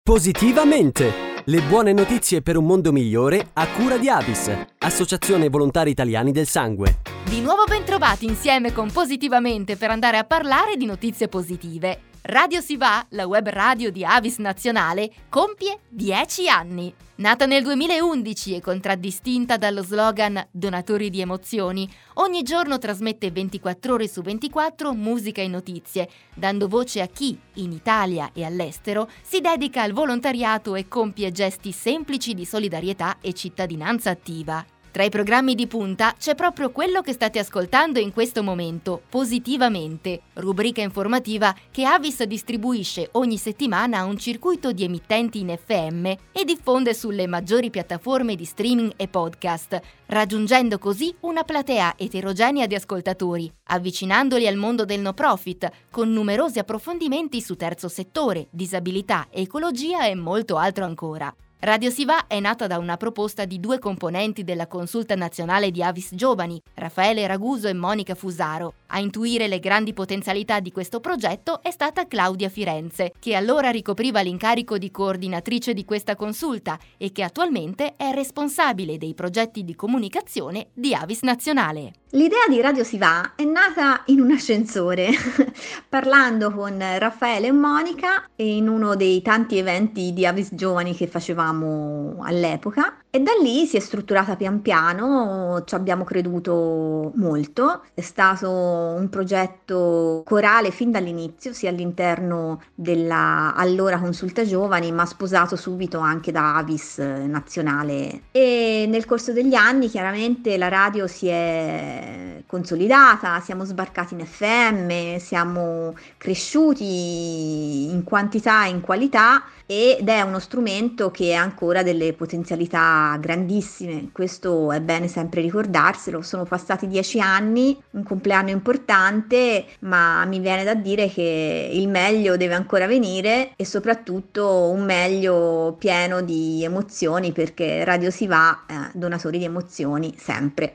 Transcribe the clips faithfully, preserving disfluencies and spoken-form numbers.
Positivamente! Le buone notizie per un mondo migliore a cura di Avis, Associazione Volontari Italiani del Sangue. Di nuovo bentrovati insieme con Positivamente per andare a parlare di notizie positive. Radio Si Va, la web radio di Avis Nazionale, compie dieci anni. Nata nel duemilaundici e contraddistinta dallo slogan Donatori di emozioni, ogni giorno trasmette ventiquattro ore su ventiquattro musica e notizie, dando voce a chi, in Italia e all'estero, si dedica al volontariato e compie gesti semplici di solidarietà e cittadinanza attiva. Tra i programmi di punta c'è proprio quello che state ascoltando in questo momento, Positivamente, rubrica informativa che Avis distribuisce ogni settimana a un circuito di emittenti in F M e diffonde sulle maggiori piattaforme di streaming e podcast, raggiungendo così una platea eterogenea di ascoltatori, avvicinandoli al mondo del no profit, con numerosi approfondimenti su terzo settore, disabilità, ecologia e molto altro ancora. Radio Si Va è nata da una proposta di due componenti della Consulta Nazionale di Avis Giovani, Raffaele Raguso e Monica Fusaro. A intuire le grandi potenzialità di questo progetto è stata Claudia Firenze, che allora ricopriva l'incarico di coordinatrice di questa consulta e che attualmente è responsabile dei progetti di comunicazione di Avis Nazionale. L'idea di Radio Si Va è nata in un ascensore, parlando con Raffaele e Monica in uno dei tanti eventi di Avis Giovani che facevamo all'epoca, e da lì si è strutturata pian piano, ci abbiamo creduto molto. È stato un progetto corale fin dall'inizio, sia all'interno della allora Consulta Giovani, ma sposato subito anche da Avis Nazionale. E nel corso degli anni chiaramente la radio si è consolidata, siamo sbarcati in F M, siamo cresciuti in quantità e in qualità, ed è uno strumento che ha ancora delle potenzialità grandissime. Questo è bene sempre ricordarselo. Sono passati dieci anni, un compleanno importante, ma mi viene da dire che il meglio deve ancora venire, e soprattutto un meglio pieno di emozioni, perché Radio Si Va, eh, donatori di emozioni sempre.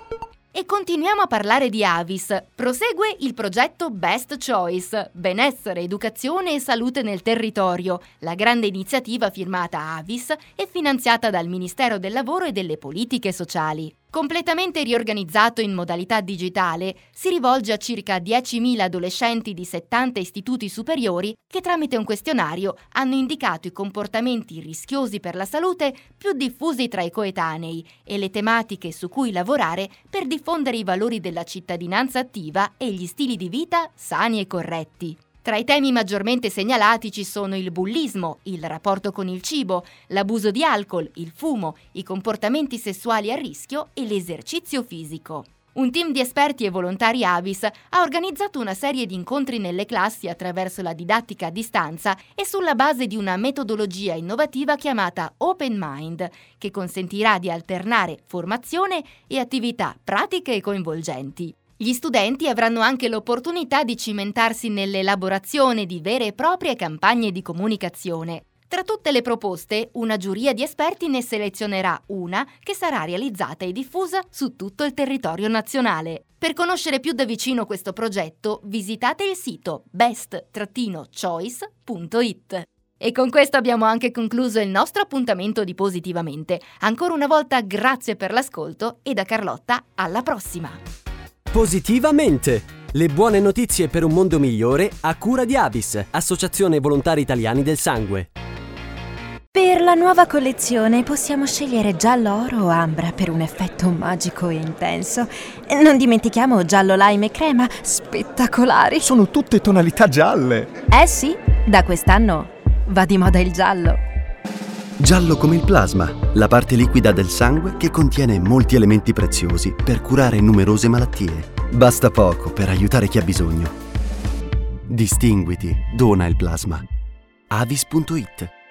E continuiamo a parlare di Avis. Prosegue il progetto Best Choice, benessere, educazione e salute nel territorio, la grande iniziativa firmata Avis e finanziata dal Ministero del Lavoro e delle Politiche Sociali. Completamente riorganizzato in modalità digitale, si rivolge a circa diecimila adolescenti di settanta istituti superiori che tramite un questionario hanno indicato i comportamenti rischiosi per la salute più diffusi tra i coetanei e le tematiche su cui lavorare per diffondere i valori della cittadinanza attiva e gli stili di vita sani e corretti. Tra i temi maggiormente segnalati ci sono il bullismo, il rapporto con il cibo, l'abuso di alcol, il fumo, i comportamenti sessuali a rischio e l'esercizio fisico. Un team di esperti e volontari Avis ha organizzato una serie di incontri nelle classi attraverso la didattica a distanza e sulla base di una metodologia innovativa chiamata Open Mind, che consentirà di alternare formazione e attività pratiche e coinvolgenti. Gli studenti avranno anche l'opportunità di cimentarsi nell'elaborazione di vere e proprie campagne di comunicazione. Tra tutte le proposte, una giuria di esperti ne selezionerà una che sarà realizzata e diffusa su tutto il territorio nazionale. Per conoscere più da vicino questo progetto, visitate il sito best choice punto it. E con questo abbiamo anche concluso il nostro appuntamento di Positivamente. Ancora una volta grazie per l'ascolto e da Carlotta alla prossima! Positivamente! Le buone notizie per un mondo migliore a cura di Avis, Associazione Volontari Italiani del Sangue. Per la nuova collezione possiamo scegliere giallo oro o ambra per un effetto magico e intenso. Non dimentichiamo giallo lime e crema, spettacolari. Sono tutte tonalità gialle. Eh sì, da quest'anno va di moda il giallo. Giallo come il plasma, la parte liquida del sangue che contiene molti elementi preziosi per curare numerose malattie. Basta poco per aiutare chi ha bisogno. Distinguiti, dona il plasma. Avis punto it